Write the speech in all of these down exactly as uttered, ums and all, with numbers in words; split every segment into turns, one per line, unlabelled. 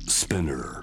Spinner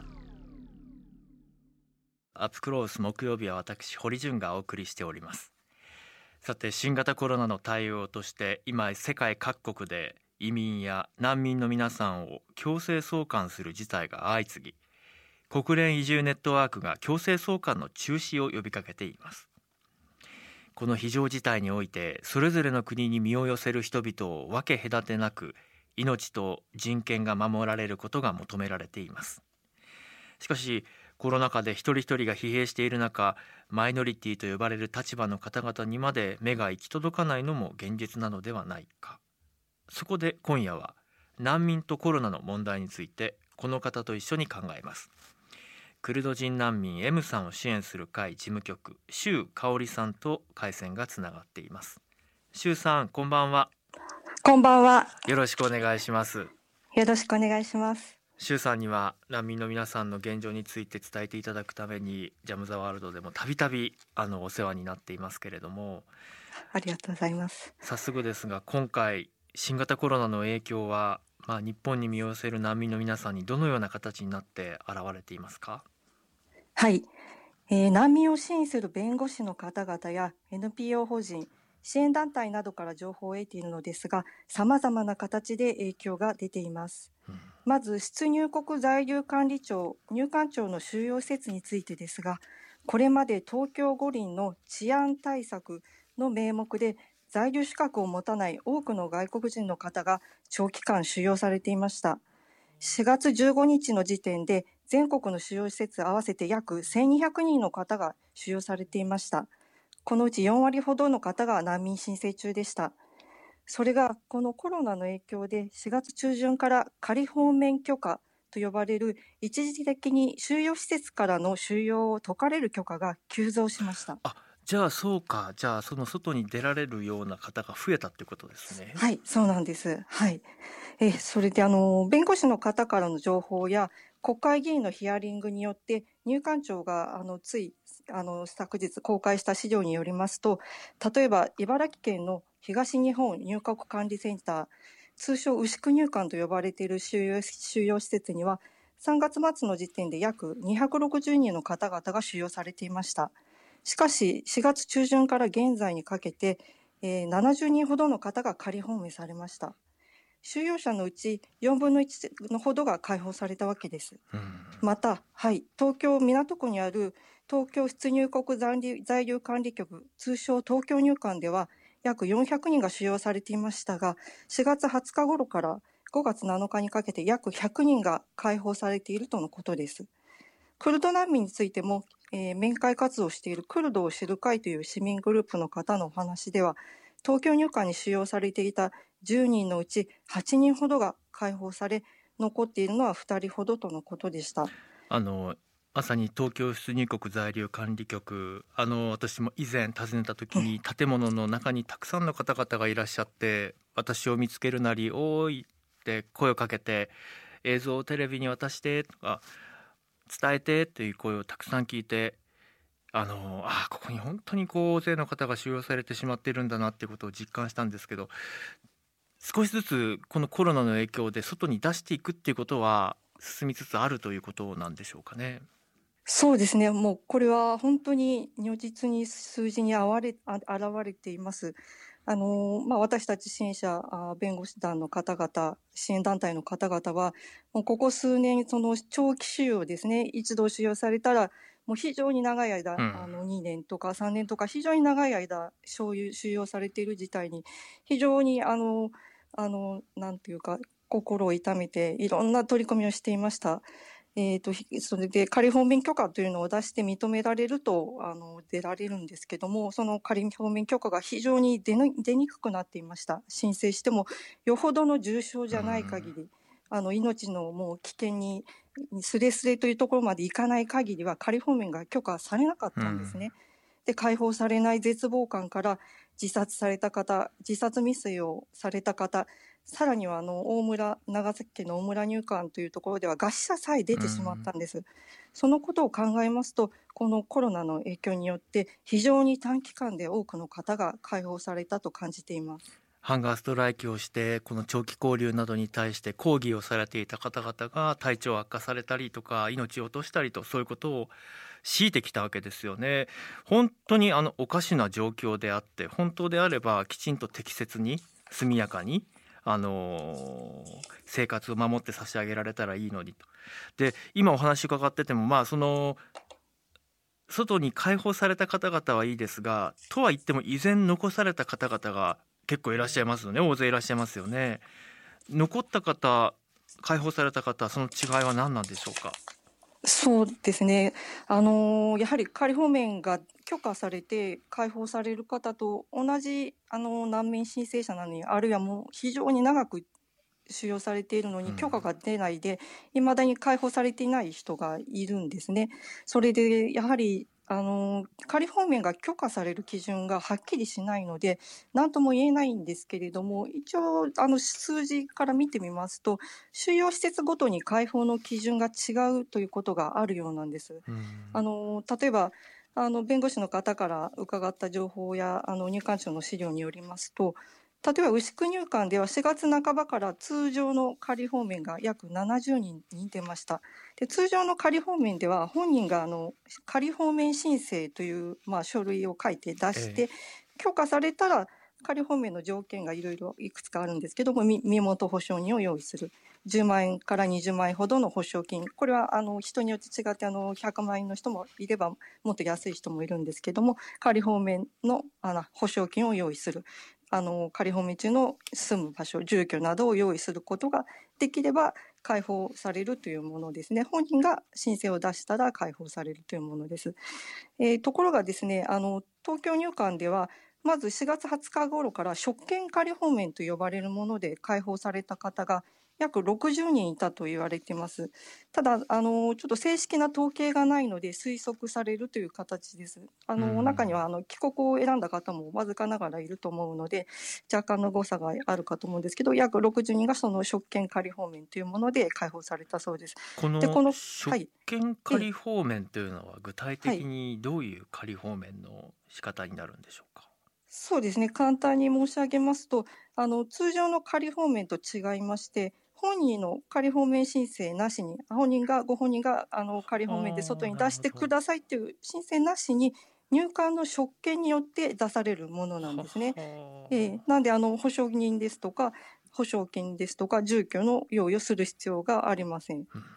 アップクロース木曜日は私堀潤がお送りしております。さて、新型コロナの対応として今世界各国で移民や難民の皆さんを強制送還する事態が相次ぎ、国連移住ネットワークが強制送還の中止を呼びかけています。この非常事態においてそれぞれの国に身を寄せる人々を分け隔てなく命と人権が守られることが求められています。しかしコロナ禍で一人一人が疲弊している中、マイノリティと呼ばれる立場の方々にまで目が行き届かないのも現実なのではないか。そこで今夜は難民とコロナの問題についてこの方と一緒に考えます。クルド人難民 M さんを支援する会事務局、周香織さんと回線がつながっています。周さん、こんばんは。
こんばんは。
よろしくお願いします。
よろしくお願いします。
周さんには難民の皆さんの現状について伝えていただくためにジャム・ザ・ワールドでもたびたびあのお世話になっていますけれども、
ありがとうございます。
早速ですが、今回新型コロナの影響は、まあ、日本に身を寄せる難民の皆さんにどのような形になって現れていますか？
はい、えー、難民を支援する弁護士の方々や エヌピーオー 法人、支援団体などから情報を得ているのですが、さまざまな形で影響が出ています。うん、まず出入国在留管理庁、入管庁の収容施設についてですが、これまで東京五輪の治安対策の名目で在留資格を持たない多くの外国人の方が長期間収容されていました。しがつじゅうごにちの時点で全国の収容施設合わせて約せんにひゃくにんの方が収容されていました。このうちよんわりほどの方が難民申請中でした。それがこのコロナの影響でしがつちゅうじゅんから仮放免許可と呼ばれる一時的に収容施設からの収容を解かれる許可が急増しました。
あ、じゃあそうか、じゃあその外に出られるような方が増えたってことですね。
はい、そうなんです。はい。えそれであの弁護士の方からの情報や国会議員のヒアリングによって入管庁があのついあの昨日公開した資料によりますと、例えば茨城県の東日本入国管理センター、通称牛久入管と呼ばれている収容、収容施設にはさんがつ末の時点で約にひゃくろくじゅうにんの方々が収容されていました。しかししがつちゅうじゅんから現在にかけて、えー、ななじゅうにんほどの方が仮放免されました。収容者のうちよんぶんのいちのほどが解放されたわけです。うん、また、はい、東京港区にある東京出入国在留、在留管理局、通称東京入管では約よんひゃくにんが収容されていましたが、しがつはつか頃からごがつなのかにかけて約ひゃくにんが解放されているとのことです。クルド難民についても、えー、面会活動をしているクルドを知る会という市民グループの方のお話では、東京入管に収容されていたじゅうにんのうちはちにんほどが解放され、残っているのはふたりほどとのことでした。
あのまさに東京出入国在留管理局、あの私も以前訪ねた時に建物の中にたくさんの方々がいらっしゃって、私を見つけるなりおーいって声をかけて、映像をテレビに渡してとか伝えてという声をたくさん聞いて、あのあここに本当にこう大勢の方が収容されてしまっているんだなっていうことを実感したんですけど、少しずつこのコロナの影響で外に出していくっていうことは進みつつあるということなんでしょうかね。
そうですね、もうこれは本当に如実に数字にあわれあ現れています。あのまあ、私たち支援者、弁護士団の方々、支援団体の方々は、もうここ数年、その長期収容ですね、一度収容されたら、もう非常に長い間、うん、あのにねんとかさんねんとか、非常に長い間、収容されている事態に、非常にあの、あのなんていうか、心を痛めて、いろんな取り組みをしていました。えー、とそれで仮放免許可というのを出して認められるとあの出られるんですけども、その仮放免許可が非常に 出, 出にくくなっていました。申請してもよほどの重症じゃない限り、あの命のもう危険にすれすれというところまでいかない限りは仮放免が許可されなかったんですね。で解放されない絶望感から自殺された方、自殺未遂をされた方、さらにはあの大村、長崎県の大村入管というところでは餓死者さえ出てしまったんです。そのことを考えますと、このコロナの影響によって非常に短期間で多くの方が解放されたと感じています。
ハンガーストライキをしてこの長期拘留などに対して抗議をされていた方々が体調悪化されたりとか命を落としたりと、そういうことを強いてきたわけですよね。本当にあのおかしな状況であって、本当であればきちんと適切に速やかにあの生活を守って差し上げられたらいいのにと。で今お話伺ってても、まあその外に解放された方々はいいですが、とは言っても依然残された方々が結構いらっしゃいますよね。大勢いらっしゃいますよね。残った方、解放された方、その違いは何なんでしょうか。
そうですね、あのやはり仮放免が許可されて解放される方と同じあの難民申請者なのに、あるいはもう非常に長く収容されているのに許可が出ないで、いまだに解放されていない人がいるんですね。それでやはりあの仮放免が許可される基準がはっきりしないので何とも言えないんですけれども、一応あの数字から見てみますと収容施設ごとに解放の基準が違うということがあるようなんです。
うん
あの例えばあの弁護士の方から伺った情報やあの入管庁の資料によりますと、例えば牛久入管ではしがつなかばから通常の仮放免が約ななじゅうにんに出ました。で通常の仮放免では本人があの仮放免申請という、まあ、書類を書いて出して、
ええ
許可されたら仮放免の条件がいろいろいくつかあるんですけども、身身元保証人を用意する、じゅうまんえんからにじゅうまんえんほどの保証金、これはあの人によって違ってあのひゃくまんえんの人もいればもっと安い人もいるんですけども、仮放免のあの保証金を用意する、あの仮放免中の住む場所、住居などを用意することができれば解放されるというものですね。本人が申請を出したら解放されるというものです。えーところがですね、あの東京入管ではまずしがつはつか頃から職権仮放免と呼ばれるもので解放された方が約ろくじゅうにんいたと言われています。ただあのちょっと正式な統計がないので推測されるという形です。あの、
うん
中にはあの帰国を選んだ方もわずかながらいると思うので若干の誤差があるかと思うんですけど、約ろくじゅうにんがその職権仮放免というもので解放されたそうです。
この
でこのは
職
い
権
ええ
仮放免というのは具体
はい
的にどういう仮放免の仕方になるんでしょうか。
そうですね、簡単に申し上げますと、あの通常の仮放免と違いまして、本人の仮放免申請なしに、本人がご本人があの仮放免で外
ああ、
に出して
なるほど。
くださいという申請なしに、入管の職権によって出されるものなん
は
ですね。えー
は。
なんであの保証人ですとか保証金ですとか住居の用意をする必要がありません。
うん、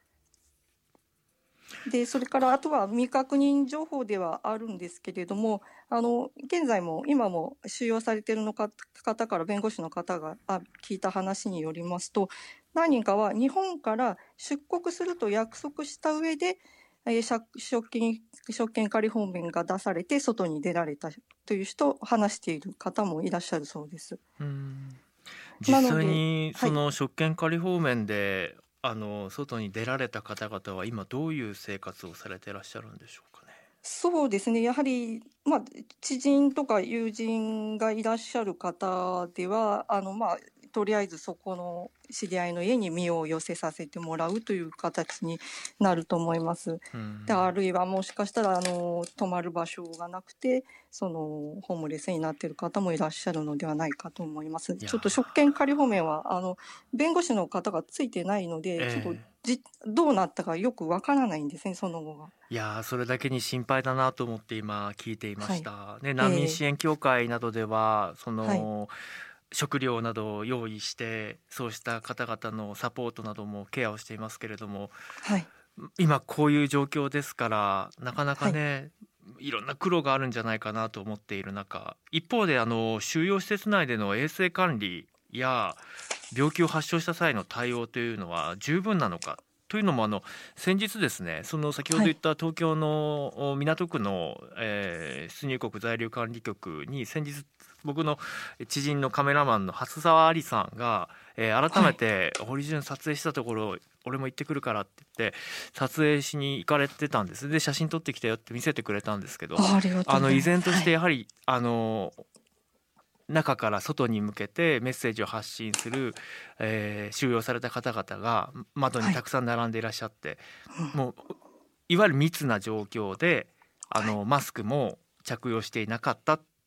でそれからあとは未確認情報ではあるんですけれども、あの現在も今も収容されているのか方から弁護士の方があ聞いた話によりますと、何人かは日本から出国すると約束した上で、えー、借職権職権仮放免が出されて外に出られたという人を話している方もいらっしゃるそうです。
うん
な
実際
ので、はい、
にその職権仮放免であの外に出られた方々は今どういう生活をされていらっしゃるんでしょうかね。
そうですね、やはり、まあ、知人とか友人がいらっしゃる方では、あの、まあ、とりあえずそこの知り合いの家に身を寄せさせてもらうという形になると思います。
うん
であるいはもしかしたらあの泊まる場所がなくてそのホームレスになっている方もいらっしゃるのではないかと思います。
いや
ちょっと職権仮放免はあの弁護士の方がついてないので、ちょっと
ええ
じどうなったかよくわからないんですね、その後が。
いやーそれだけに心配だなと思って今聞いていま
はい。
した、ね、
え
難民
ー
支援協会などではそ
はい。
の食料などを用意してそうした方々のサポートなどもケアをしていますけれども、
はい。
今こういう状況ですからなかなか
はい。
ねいろんな苦労があるんじゃないかなと思っている中、一方であの収容施設内での衛生管理や病気を発症した際の対応というのは十分なのかというのも、あの先日ですね、その先ほど
はい。
言った東京のお港区の、えー出入国在留管理局に先日僕の知人のカメラマンの初沢ありさんが、えー改
はい。
めて堀潤撮影したところ俺も行ってくるからって言って撮影しに行かれてたんです。で写真撮ってきたよって見せてくれたんですけど、
あ、ありがと
あの依
うございます。
然として
はい。
やはりあの中から外に向けてメッセージを発信する、えー収容された方々が窓に
はい。
たくさん並んでいらっしゃって、
うん。
もういわゆる密な状況であ
はい。
のマスクも着用していなかった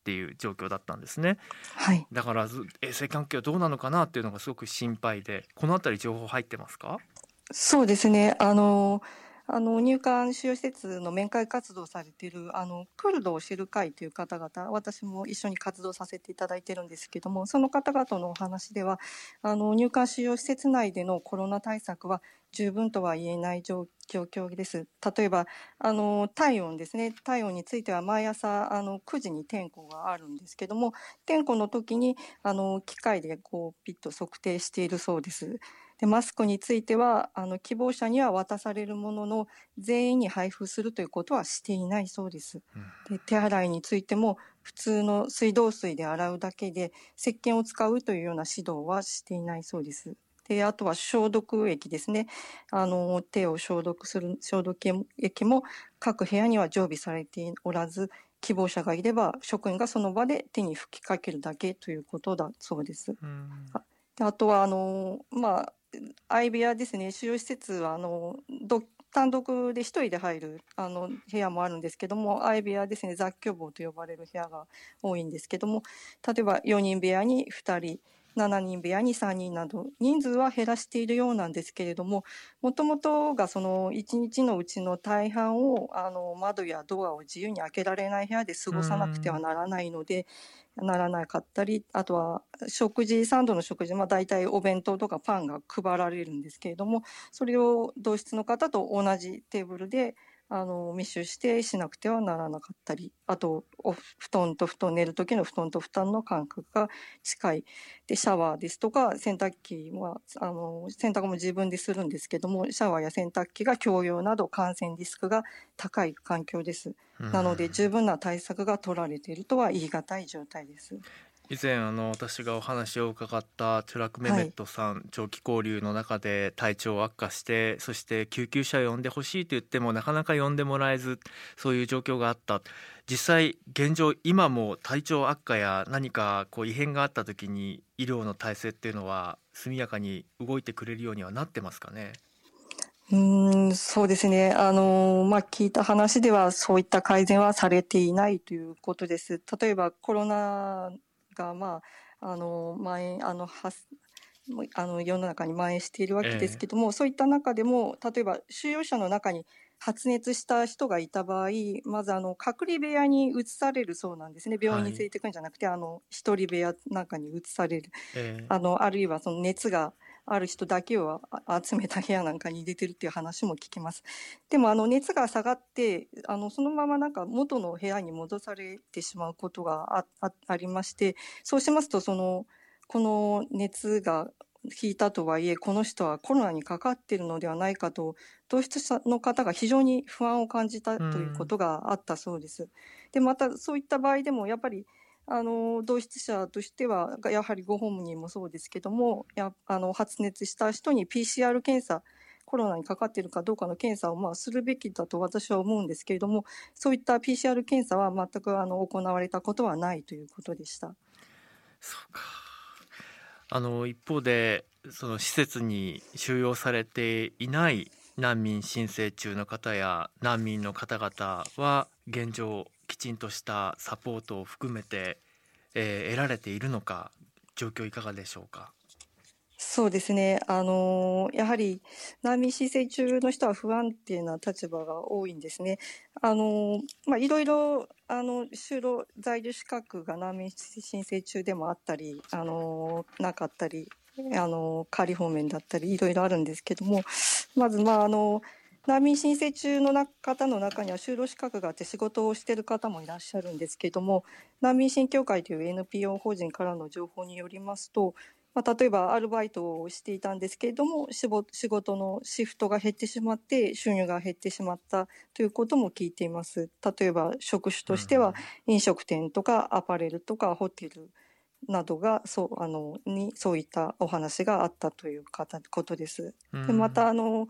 っていう状況だったんですね。
はい。
だからず衛生環境どうなのかなっていうのがすごく心配で、このあたり情報入ってますか？
そうですね。あの、あの入管収容施設の面会活動されているあのクルドを知る会という方々、私も一緒に活動させていただいているんですけども、その方々のお話では、あの入管収容施設内でのコロナ対策は十分とは言えない状状況です。例えばあの体温ですね。体温については毎朝あのくじに点呼があるんですけども、点呼の時にあの機械でこうピッと測定しているそうです。でマスクについてはあの希望者には渡されるものの全員に配布するということはしていないそうです。で手洗いについても普通の水道水で洗うだけで石鹸を使うというような指導はしていないそうです。であとは消毒液ですね。あの手を消毒する消毒液も各部屋には常備されておらず、希望者がいれば職員がその場で手に吹きかけるだけということだそうです。
うん、
あであとはあの、まあ、相部屋ですね。収容施設はあのど単独で一人で入るあの部屋もあるんですけども、相部屋ですね、雑居房と呼ばれる部屋が多いんですけども、例えばよにん部屋にふたり、しちにん部屋にさんにんなど人数は減らしているようなんですけれども、もともとがそのいちにちのうちの大半をあの窓やドアを自由に開けられない部屋で過ごさなくてはならないので、ならなかったり、あとは食事、さんどの食事、まあ、大体お弁当とかパンが配られるんですけれども、それを同室の方と同じテーブルであの密集してしなくてはならなかったり、あとお布団と布団、寝る時の布団と布団の間隔が近いで、シャワーですとか洗濯機はあの洗濯も自分でするんですけども、シャワーや洗濯機が共用など感染リスクが高い環境です。なので十分な対策が取られているとは言い難い状態です。
以前あの私がお話を伺ったチュラク・メメットさん、はい、長期拘留の中で体調悪化して、そして救急車を呼んでほしいと言ってもなかなか呼んでもらえず、そういう状況があった。実際現状今も体調悪化や何かこう異変があった時に医療の体制っていうのは速やかに動いてくれるようにはなってますかね？
うーん、そうですね。あの、まあ、聞いた話ではそういった改善はされていないということです。例えばコロナが、まあ、あの、蔓延、あの、はあの世の中に蔓延しているわけですけども、えー、そういった中でも例えば収容者の中に発熱した人がいた場合、まずあの隔離部屋に移されるそうなんですね。病院に連れていくんじゃなくて、はい、あの一人部屋なんかに移される、えー、あのあるいはその熱がある人だけを集めた部屋なんかに入れてるっていう話も聞きます。でもあの熱が下がってあのそのままなんか元の部屋に戻されてしまうことが あ, あ, ありまして、そうしますとそのこの熱が引いたとはいえこの人はコロナにかかっているのではないかと同室者の方が非常に不安を感じたということがあったそうです。でまたそういった場合でもやっぱりあの同室者としてはやはりご本人もそうですけども、やあの発熱した人に ピーシーアール 検査、コロナにかかっているかどうかの検査をまあするべきだと私は思うんですけれども、そういった ピーシーアール 検査は全くあの行われたことはないということでした。
そうか。あの一方でその施設に収容されていない難民申請中の方や難民の方々は現状きちんとしたサポートを含めて、えー、得られているのか、状況いかがでしょうか？
そうですね。あのやはり難民申請中の人は不安定な立場が多いんですね。あのまあ、いろいろあの就労在留資格が難民申請中でもあったり、あのなかったり、あの仮放免だったりいろいろあるんですけども、まずまああの難民申請中の方の中には就労資格があって仕事をしている方もいらっしゃるんですけども、難民審協会という エヌピーオー 法人からの情報によりますと、まあ、例えばアルバイトをしていたんですけれども、仕事のシフトが減ってしまって収入が減ってしまったということも聞いています。例えば職種としては飲食店とかアパレルとかホテルなどがそうあのにそういったお話があったということです。でまたあの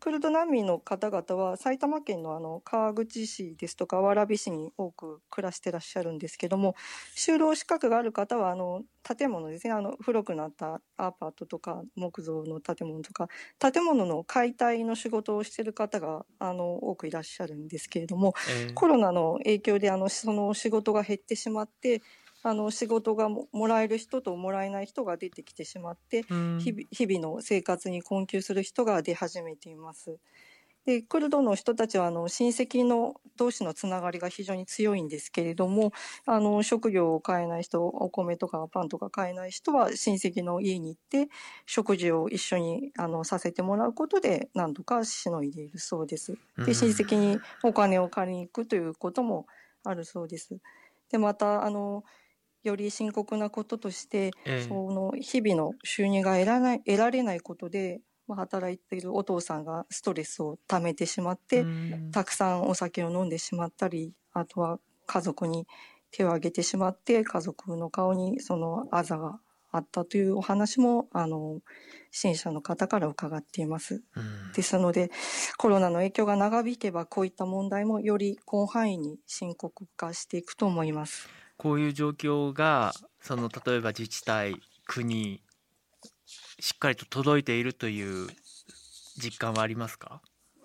クルド難民の方々は埼玉県のあの川口市ですとか蕨市に多く暮らしてらっしゃるんですけども、就労資格がある方はあの建物ですね、あの古くなったアパートとか木造の建物とか建物の解体の仕事をしている方があの多くいらっしゃるんですけれども、
えー
コロナの影響であのその仕事が減ってしまって、あの仕事がももらえる人ともらえない人が出てきてしまって、
うん
日々日々の生活に困窮する人が出始めています。でクルドの人たちはあの親戚の同士のつながりが非常に強いんですけれども、あの食料を買えない人、お米とかパンとか買えない人は親戚の家に行って食事を一緒にあのさせてもらうことで何とかしのいでいるそうです。で親戚にお金を借りに行くということもあるそうです。でまたあのより深刻なこととして、
えー
その日々の収入が得らない、得られないことで、まあ、働いているお父さんがストレスを溜めてしまっ
う
て、
ん
たくさんお酒を飲んでしまったり、あとは家族に手を挙げてしまって、家族の顔にそのあざがあったというお話も、あの、支援者の方から伺っています。
うん
ですので、コロナの影響が長引けば、こういった問題もより広範囲に深刻化していくと思います。
こういう状況がその例えば自治体、国しっかりと届いているという実感はありますか？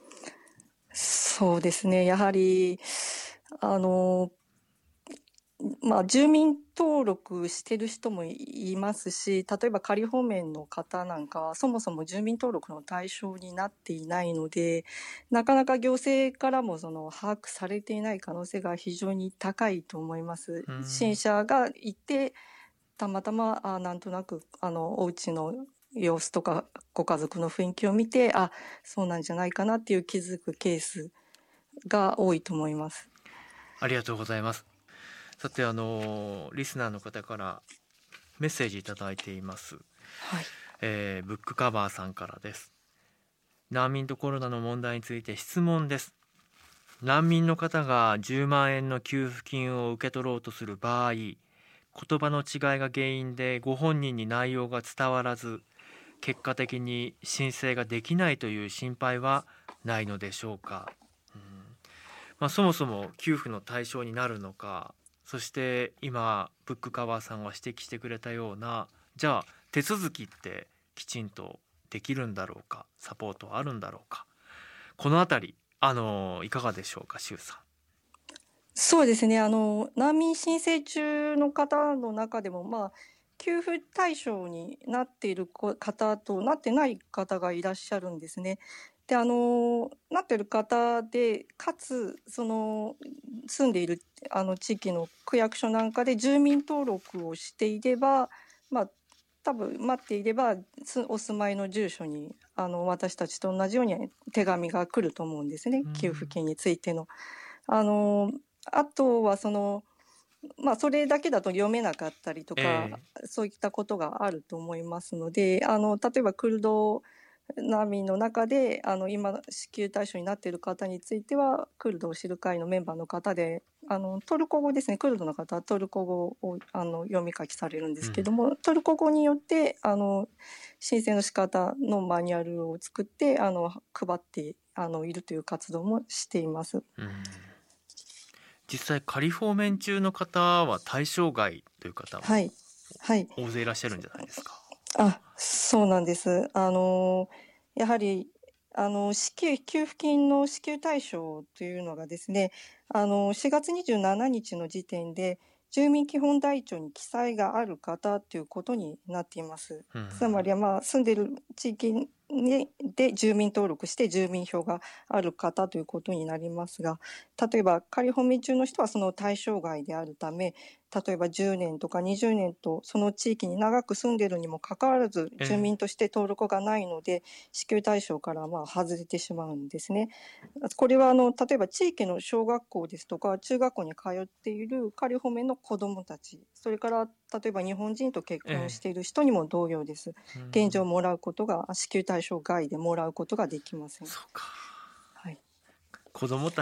そうですね。やはり、あの、まあ、住民登録してる人もいますし、例えば仮放免の方なんかはそもそも住民登録の対象になっていないので、なかなか行政からもその把握されていない可能性が非常に高いと思います。
うん
支援者がいて、たまたまあなんとなくあのお家の様子とかご家族の雰囲気を見て、あ、そうなんじゃないかなっていう気づくケースが多いと思います。
ありがとうございます。さて、あのリスナーの方からメッセージいただいています。
はい。
えーブックカバーさんからです。難民とコロナの問題について質問です。難民の方がじゅうまんえんの給付金を受け取ろうとする場合、言葉の違いが原因でご本人に内容が伝わらず、結果的に申請ができないという心配はないのでしょうか。うんまあ、そもそも給付の対象になるのか、そして今ブックカバーさんが指摘してくれたような、じゃあ手続きってきちんとできるんだろうか、サポートはあるんだろうか、このあたりあのいかがでしょうか、周さん。
そうですね。あの、難民申請中の方の中でも、まあ、給付対象になっているこ方となってない方がいらっしゃるんですね。で、あの、なっている方で、かつ、その、住んでいるあの地域の区役所なんかで住民登録をしていれば、まあ、多分待っていれば、すお住まいの住所に、あの、私たちと同じように手紙が来ると思うんですね。
うん
給付金についての。あの、あとはその、まあ、それだけだと読めなかったりとか、
え
そういったことがあると思いますので、あの例えばクルド難民の中であの今支給対象になっている方については、クルドを知る会のメンバーの方で、あのトルコ語ですね、クルドの方はトルコ語をあの読み書きされるんですけども、トルコ語によってあの申請の仕方のマニュアルを作ってあの配ってあのいるという活動もしています。
ーうん実際仮放免中の方は対象外という方も
はいはい
大勢いらっしゃるんじゃないですか。
あ、そうなんです。あの、やはり、あの、支給、給付金の支給対象というのがですね、あの、しがつにじゅうしちにちの時点で、住民基本台帳に記載がある方ということになっています。
うん
つまりは、まあ、住んでいる地域にで住民登録して住民票がある方ということになりますが、例えば仮放免中の人はその対象外であるため、例えばじゅうねんとかにじゅうねんとその地域に長く住んでいるにもかかわらず
ええ
住民として登録がないので、支給対象からまあ外れてしまうんですね。これはあの例えば地域の小学校ですとか中学校に通っている仮放免の子どもたち、それから例えば日本人と結婚している人にも同様です。
うん
現状もらうことが、支給対象外でもらうことができません。
そうか。
はい、
子どもた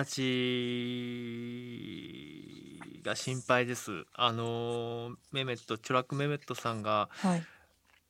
ちが心配です。あのメメットチョラクメメットさんが
はい、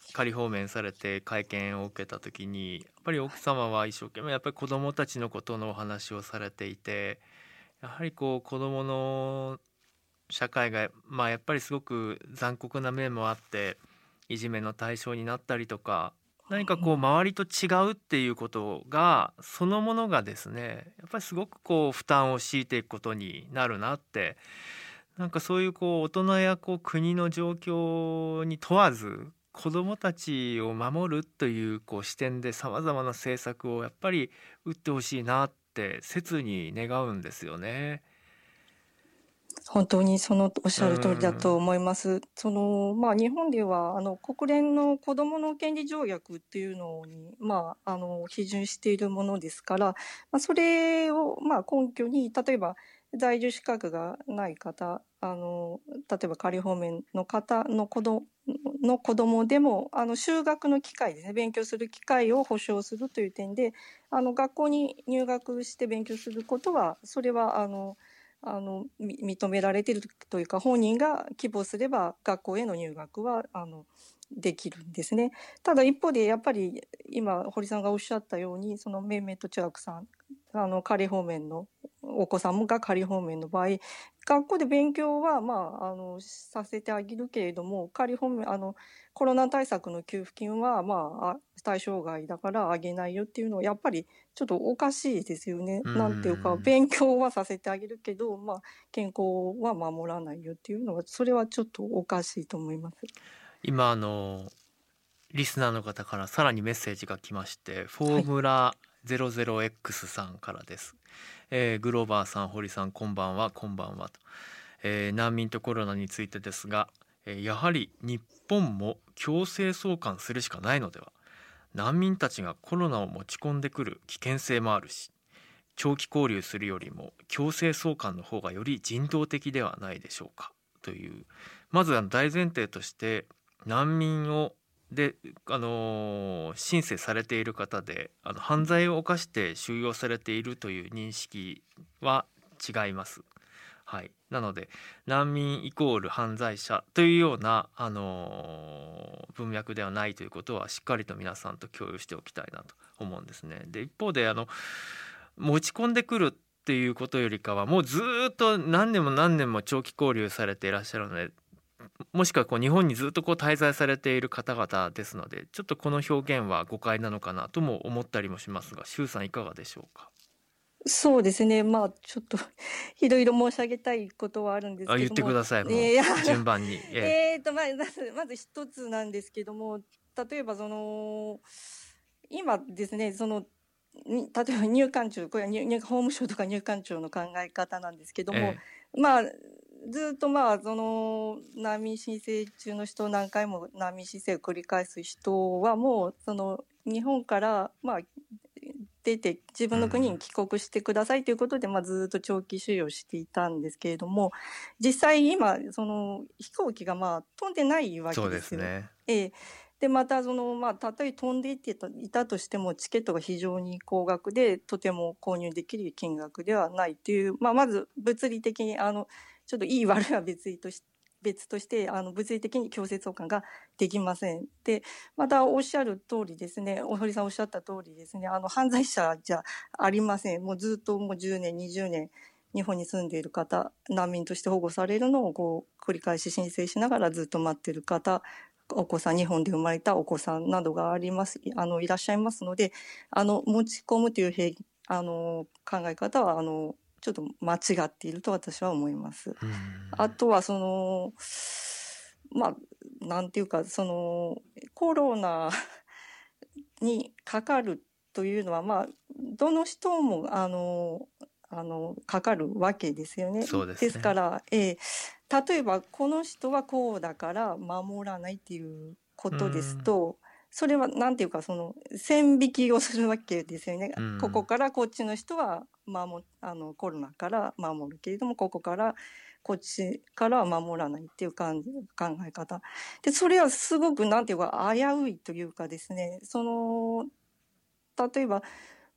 仮放免されて会見を受けた時に、やっぱり奥様は一生懸命やっぱり子どもたちのことのお話をされていて、やはりこう子どもの社会がまあやっぱりすごく残酷な面もあって、いじめの対象になったりとか、何かこう周りと違うっていうことがそのものがですね、やっぱりすごくこう負担を強いていくことになるなって、なんかそういうこう大人やこう国の状況に問わず子どもたちを守るというこう視点でさまざまな政策をやっぱり打ってほしいなって切に願うんですよね。
本当にそのおっしゃる通りだと
うん
思います。そのまあ、日本ではあの国連の子どもの権利条約っていうのに、まあ、あの批准しているものですから、まあ、それをまあ根拠に、例えば在住資格がない方、あの例えば仮放免の方の子どの子どもでもあの就学の機会ですね、勉強する機会を保障するという点で、あの学校に入学して勉強することは、それはあのあのみ認められているというか、本人が希望すれば学校への入学はあのできるんですね。ただ一方でやっぱり今堀さんがおっしゃったように、そのメイメイとチュアクさん、あの仮放免のお子さんが仮放免の場合、学校で勉強は、まあ、あのさせてあげるけれども、仮放免あのコロナ対策の給付金は、まあ、あ対象外だからあげないよっていうのはやっぱりちょっとおかしいですよね。
うん
なんていうか、勉強はさせてあげるけど、まあ、健康は守らないよっていうのは、それはちょっとおかしいと思います。
今あのリスナーの方からさらにメッセージが来まして、フォ
はい。
ームラ ゼロゼロエックス さんからです。えーグローバーさん、堀さん、こんばんは、こんばんはと。えー難民とコロナについてですが、えーやはり日本も強制送還するしかないのでは。難民たちがコロナを持ち込んでくる危険性もあるし、長期拘留するよりも強制送還の方がより人道的ではないでしょうか、という、まずあの大前提として難民をで、あのー申請されている方であの犯罪を犯して収容されているという認識は違います。はい、なので難民イコール犯罪者というような、あのー文脈ではないということはしっかりと皆さんと共有しておきたいなと思うんですね。で一方であの持ち込んでくるっていうことよりかは、もうずっと何年も何年も長期拘留されていらっしゃるので、もしくはこう日本にずっとこう滞在されている方々ですので、ちょっとこの表現は誤解なのかなとも思ったりもしますが、周さんいかがでしょうか。
そうですね、まあ、ちょっといろいろ申し上げたいことはあるんです
あ、言って
けども、
ください、も
えー、あ
う順番に。
の
え
えーとまあ、まずまず一つなんですけども、例えばその今ですね、そのに例えば入管庁、これは入入法務省とか入管庁の考え方なんですけども、
え
まあ、ずっとまあその難民申請中の人、何回も難民申請を繰り返す人はもうその日本からまあ出て自分の国に帰国してくださいということで、まあ、ずっと長期収容していたんですけれども、実際今その飛行機がまあ飛んでないわ
そうで
けですよ。
すね。
ええ、でまたその、まあ、たとえ飛んでいってたいたとしてもチケットが非常に高額でとても購入できる金額ではないという、まあ、まず物理的にあのちょっといい悪いは別として別としてあの物理的に強制送還ができません。でまたおっしゃる通りですね、お堀さんおっしゃった通りですね、あの犯罪者じゃありません。もうずっともうじゅうねんにじゅうねん日本に住んでいる方、難民として保護されるのをこう繰り返し申請しながらずっと待っている方、お子さん、日本で生まれたお子さんなどがありますあのいらっしゃいますので、あの持ち込むという平あの考え方はあのちょっと間違っていると私は思います。
うん
あとはそのまあなんていうか、そのコロナにかかるというのは、まあどの人もあのあのかかるわけですよね。
そうですね。
ですから、えー、例えばこの人はこうだから守らないっていうことですと、それはなんていうか、その線引きをするわけですよね。
うん
ここからこっちの人は守あのコロナから守るけれども、ここからこっちからは守らないっていう感じ考え方で、それはすごくなんていうか危ういというかですね、その例えば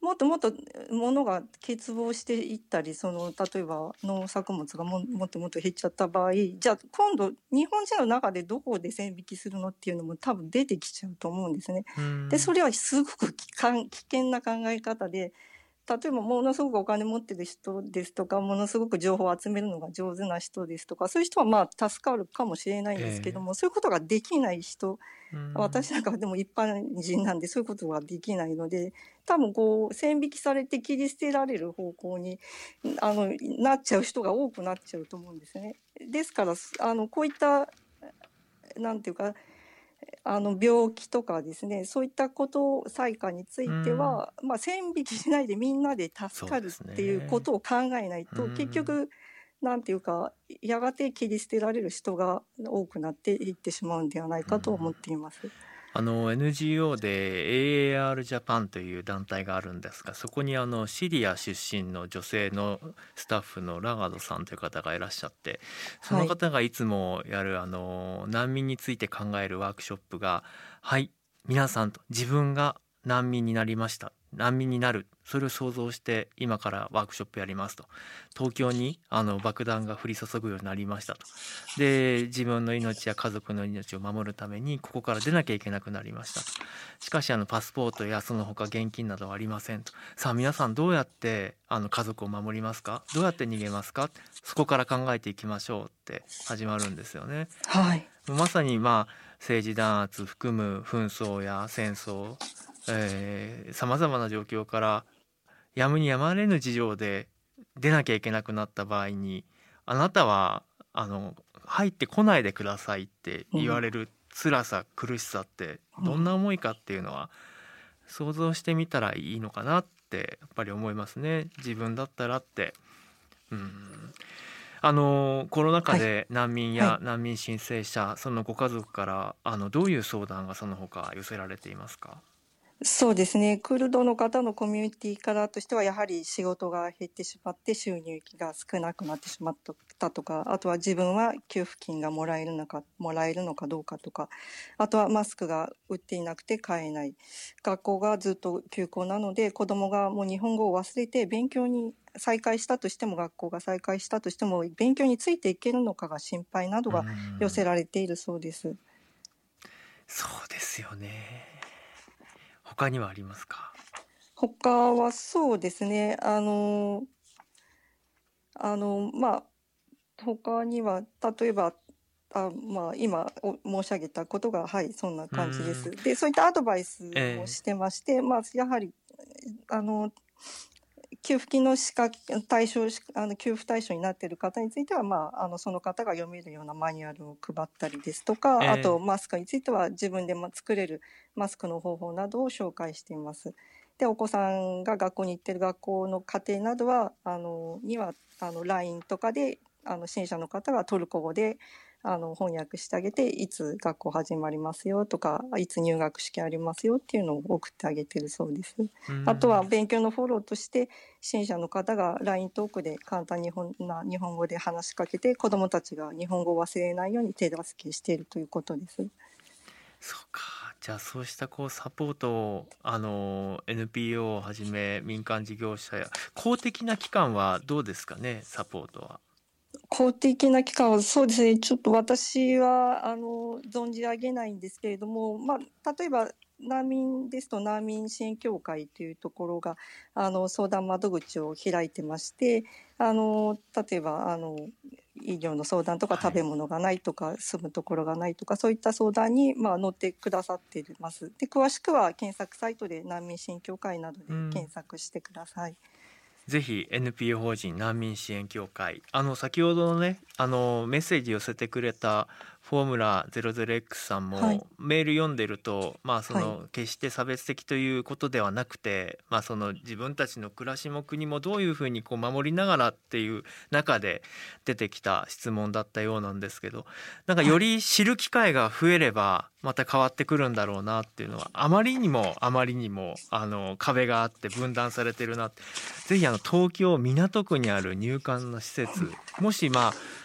もっともっと物が欠乏していったり、その例えば農作物が も, もっともっと減っちゃった場合、じゃあ今度日本人の中でどこで線引きするのっていうのも多分出てきちゃうと思うんですね。でそれはすごく危険な考え方で、例えばものすごくお金持ってる人ですとか、ものすごく情報を集めるのが上手な人ですとか、そういう人はまあ助かるかもしれないんですけども、えー、そういうことができない人、私なんかでも一般人なんでそういうことができないので、多分こう線引きされて切り捨てられる方向にあのなっちゃう人が多くなっちゃうと思うんですね。ですからあのこういったなんていうかあの病気とかですね、そういったこと災禍については、まあ、線引きしないでみんなで助かるっていうことを考えないと、結局なんていうかやがて切り捨てられる人が多くなっていってしまうんではないかと思っています。
あの エヌジーオー で エーエーアール ジャパンという団体があるんですが、そこにあのシリア出身の女性のスタッフのラガドさんという方がいらっしゃって、その方がいつもやるあの難民について考えるワークショップが、はい皆さんと自分が難民になりました、難民になる、それを想像して今からワークショップやりますと、東京にあの爆弾が降り注ぐようになりましたと、で自分の命や家族の命を守るためにここから出なきゃいけなくなりましたと、しかしあのパスポートやその他現金などはありませんと、さあ皆さんどうやってあの家族を守りますか、どうやって逃げますか、そこから考えていきましょうって始まるんですよね。
はい、
まさにまあ政治弾圧含む紛争や戦争、さまざまな状況からやむにやまれぬ事情で出なきゃいけなくなった場合に、あなたはあの入ってこないでくださいって言われる辛さ、苦しさってどんな思いかっていうのは想像してみたらいいのかなってやっぱり思いますね。自分だったらって。うんあのコロナ禍で難民や難民申請者、はいはい、そのご家族からあのどういう相談がその他寄せられていますか？
そうですね、クルドの方のコミュニティからとしてはやはり仕事が減ってしまって収入が少なくなってしまったとか、あとは自分は給付金がもらえるのかもらえるのかどうかとか、あとはマスクが売っていなくて買えない、学校がずっと休校なので子どもがもう日本語を忘れて勉強に再開したとしても、学校が再開したとしても勉強についていけるのかが心配などが寄せられているそうです。
そうですよね。他にはありますか？
他はそうですね、あのあのまあ他には例えばあ、まあ、今申し上げたことがはいそんな感じです。でそういったアドバイスもしてまして、えーまあ、やはりあの給付金の資格対象あの給付対象になっている方については、まあ、あのその方が読めるようなマニュアルを配ったりですとか、えー、あとマスクについては自分で作れるマスクの方法などを紹介しています。でお子さんが学校に行っている学校の家庭などはあのにはあの ライン とかであの支援者の方がトルコ語であの翻訳してあげて、いつ学校始まりますよとかいつ入学式ありますよっていうのを送ってあげてるそうです。あとは勉強のフォローとして支援者の方が ライン トークで簡単に日本な日本語で話しかけて、子どもたちが日本語を忘れないように手助けしているということです。
そうか、じゃあそうしたこうサポートをあの エヌピーオー をはじめ民間事業者や公的な機関はどうですかね、サポートは。
公的な機関はそうですね、ちょっと私はあの存じ上げないんですけれども、まあ、例えば難民ですと難民支援協会というところがあの相談窓口を開いてまして、あの例えばあの医療の相談とか食べ物がないとか、はい、住むところがないとかそういった相談に、まあ、乗ってくださっています。で詳しくは検索サイトで難民支援協会などで検索してください。
ぜひ エヌピーオー 法人難民支援協会、あの先ほどのねあのメッセージ寄せてくれたフォームラ ゼロゼロエックス さんも、はい、メール読んでると、まあその、はい、決して差別的ということではなくて、まあ、その自分たちの暮らしも国もどういうふうにこう守りながらっていう中で出てきた質問だったようなんですけど、なんかより知る機会が増えればまた変わってくるんだろうなっていうのは、あまりにもあまりにもあの壁があって分断されてるなって。ぜひあの東京港区にある入管の施設、もしまあ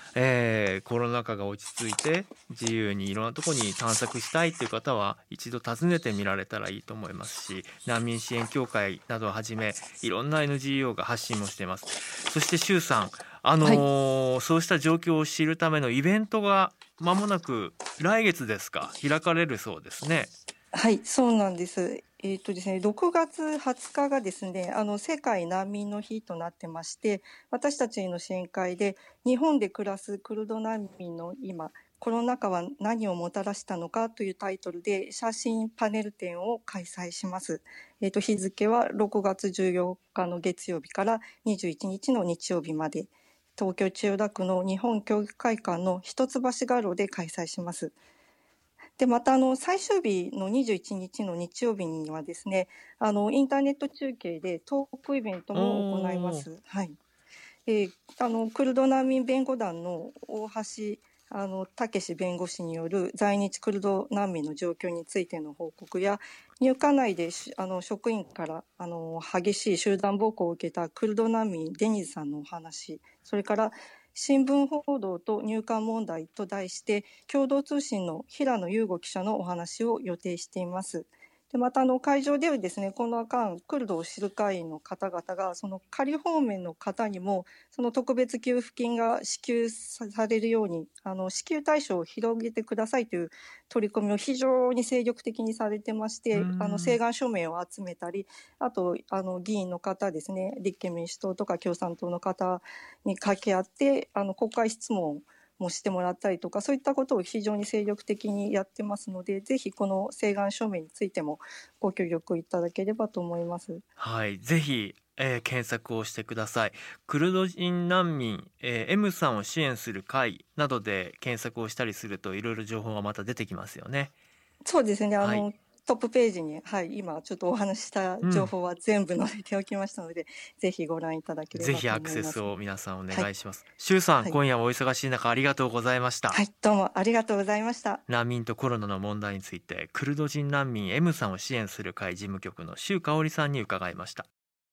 えー、コロナ禍が落ち着いて自由にいろんなところに探索したいという方は一度訪ねてみられたらいいと思いますし、難民支援協会などをはじめいろんな エヌジーオー が発信もしています。そして周さん、あのーはい、そうした状況を知るためのイベントが間もなく来月ですか、開かれるそうですね。
はい、そうなんです。えーとですね、ろくがつはつかがですね、あの世界難民の日となってまして、私たちの支援会で日本で暮らすクルド難民の今、コロナ禍は何をもたらしたのかというタイトルで写真パネル展を開催します。えーと、日付はろくがつじゅうよっかの月曜日からにじゅういちにちの日曜日まで、東京千代田区の日本教育会館の一橋画廊で開催します。でまたあの最終日のにじゅういちにちの日曜日にはですね、あのインターネット中継でトークイベントも行います。はい。えー、あのクルド難民弁護団の大橋あの武史弁護士による在日クルド難民の状況についての報告や、入管内であの職員からあの激しい集団暴行を受けたクルド難民デニズさんのお話、それから新聞報道と入管問題と題して共同通信の平野雄吾記者のお話を予定しています。でまたあの会場ではですね、この間クルドを知る会員の方々がその仮放免の方にもその特別給付金が支給されるようにあの支給対象を広げてくださいという取り組みを非常に精力的にされてまして、あの請願署名を集めたり、あとあの議員の方ですね、立憲民主党とか共産党の方に掛け合ってあの国会質問もしてもらったりとか、そういったことを非常に精力的にやってますので、ぜひこの請願署名についてもご協力いただければと思います。
はい、ぜひ、えー、検索をしてください。クルド人難民、えー、M さんを支援する会などで検索をしたりするといろいろ情報がまた出てきますよね。
そうですね、あの、
はい、
トップページに、はい、今ちょっとお話しした情報は全部載せておきましたので、うん、ぜひご覧いただければと思います。
ぜひアクセスを皆さんお願いします。周、はい、さん、はい、今夜はお忙しい中ありがとうございました。
はい、どうもありがとうございました。
難民とコロナの問題についてクルド人難民 M さんを支援する会事務局の周香織さんに伺いました。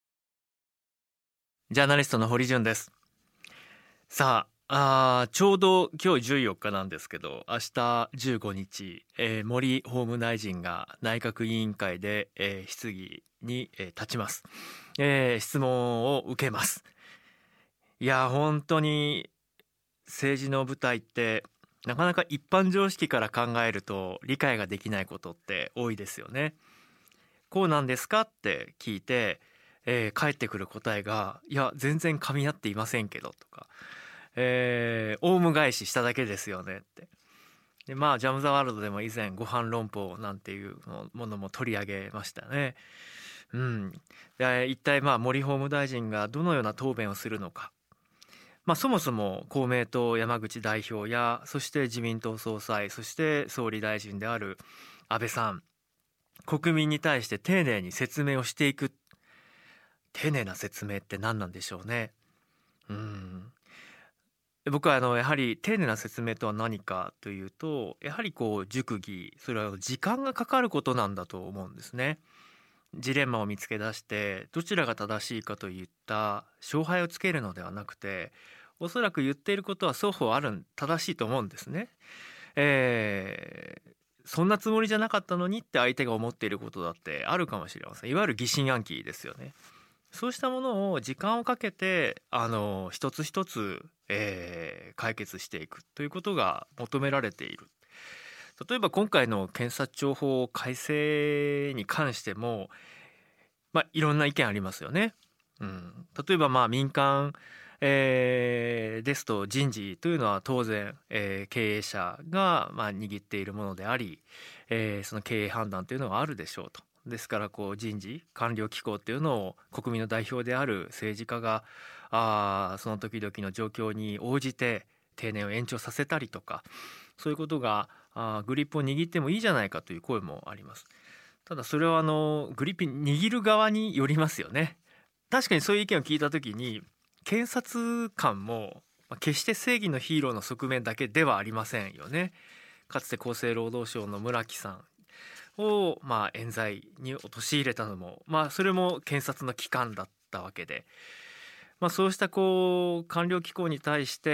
ジャーナリストの堀潤です。さあ、あちょうど今日じゅうよっかなんですけど、明日じゅうごにち、えー、森法務大臣が内閣委員会で、えー、質疑に、えー、立ちます、えー、質問を受けます。いや本当に政治の舞台ってなかなか一般常識から考えると理解ができないことって多いですよね。こうなんですかって聞いて、えー、返ってくる答えがいや全然噛み合っていませんけどとか、えー、オウム返ししただけですよねって。でまあジャム・ザ・ワールドでも以前ご飯論法なんていうものも取り上げましたね。うん、で一体まあ森法務大臣がどのような答弁をするのか。まあ、そもそも公明党山口代表やそして自民党総裁そして総理大臣である安倍さん、国民に対して丁寧に説明をしていく。丁寧な説明って何なんでしょうね。うん僕はあのやはり丁寧な説明とは何かというと、やはりこう熟議、それは時間がかかることなんだと思うんですね。ジレンマを見つけ出してどちらが正しいかといった勝敗をつけるのではなくて、おそらく言っていることは双方ある正しいと思うんですね。えー、そんなつもりじゃなかったのにって相手が思っていることだってあるかもしれません。いわゆる疑心暗鬼ですよね。そうしたものを時間をかけてあの一つ一つ、えー、解決していくということが求められている。例えば今回の検察庁法改正に関しても、まあ、いろんな意見ありますよね。うん、例えばまあ民間、えー、ですと人事というのは当然、えー、経営者がまあ握っているものであり、えー、その経営判断というのがあるでしょうと。ですからこう人事官僚機構っていうのを国民の代表である政治家があその時々の状況に応じて定年を延長させたりとか、そういうことがあグリップを握ってもいいじゃないかという声もあります。ただそれはあのグリップ握る側によりますよね。確かにそういう意見を聞いた時に検察官も決して正義のヒーローの側面だけではありませんよね。かつて厚生労働省の村木さんをまあ冤罪に陥れたのも、まあ、それも検察の機関だったわけで、まあ、そうしたこう官僚機構に対して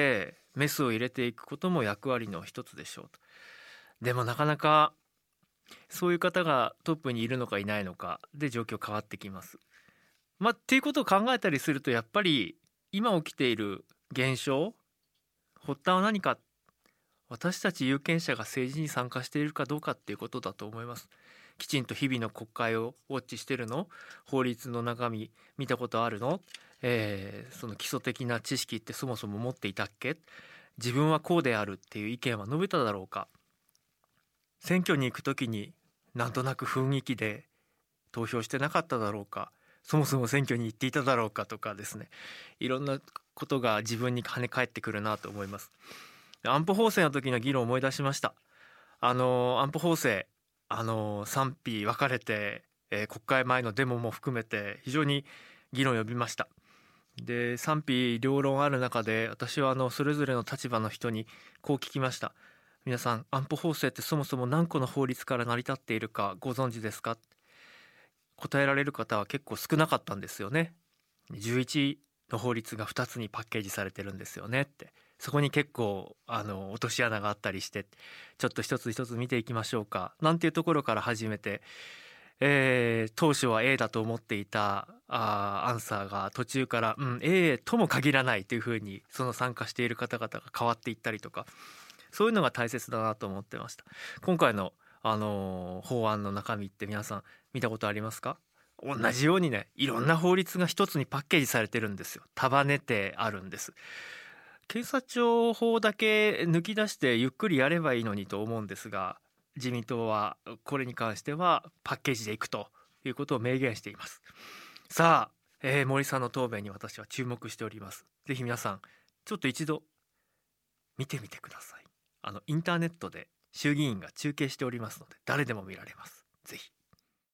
メスを入れていくことも役割の一つでしょうと。でもなかなかそういう方がトップにいるのかいないのかで状況変わってきます。まあ、っていうことを考えたりすると、やっぱり今起きている現象、発端は何か、私たち有権者が政治に参加しているかどうかっていうことだと思います。きちんと日々の国会をウォッチしてるの？法律の中身見たことあるの？えー、その基礎的な知識ってそもそも持っていたっけ？自分はこうであるっていう意見は述べただろうか？選挙に行くときになんとなく雰囲気で投票してなかっただろうか？そもそも選挙に行っていただろうかとかですね、いろんなことが自分に跳ね返ってくるなと思います。安保法制の時の議論を思い出しました。あの安保法制、あの賛否分かれて、えー、国会前のデモも含めて非常に議論を呼びました。で、賛否両論ある中で、私はあのそれぞれの立場の人にこう聞きました。皆さん、安保法制ってそもそも何個の法律から成り立っているかご存知ですか？答えられる方は結構少なかったんですよね。じゅういちの法律がふたつにパッケージされてるんですよねって。そこに結構あの落とし穴があったりして、ちょっと一つ一つ見ていきましょうかなんていうところから始めて、えー、当初は A だと思っていたあーアンサーが途中から、うん、A とも限らないというふうに、その参加している方々が変わっていったりとか、そういうのが大切だなと思ってました。今回の、あのー法案の中身って皆さん見たことありますか？同じようにね、いろんな法律が一つにパッケージされてるんですよ。束ねてあるんです。警察庁法だけ抜き出してゆっくりやればいいのにと思うんですが、自民党はこれに関してはパッケージでいくということを明言しています。さあ、えー、森さんの答弁に私は注目しております。ぜひ皆さんちょっと一度見てみてください。あのインターネットで衆議院が中継しておりますので、誰でも見られます。ぜひ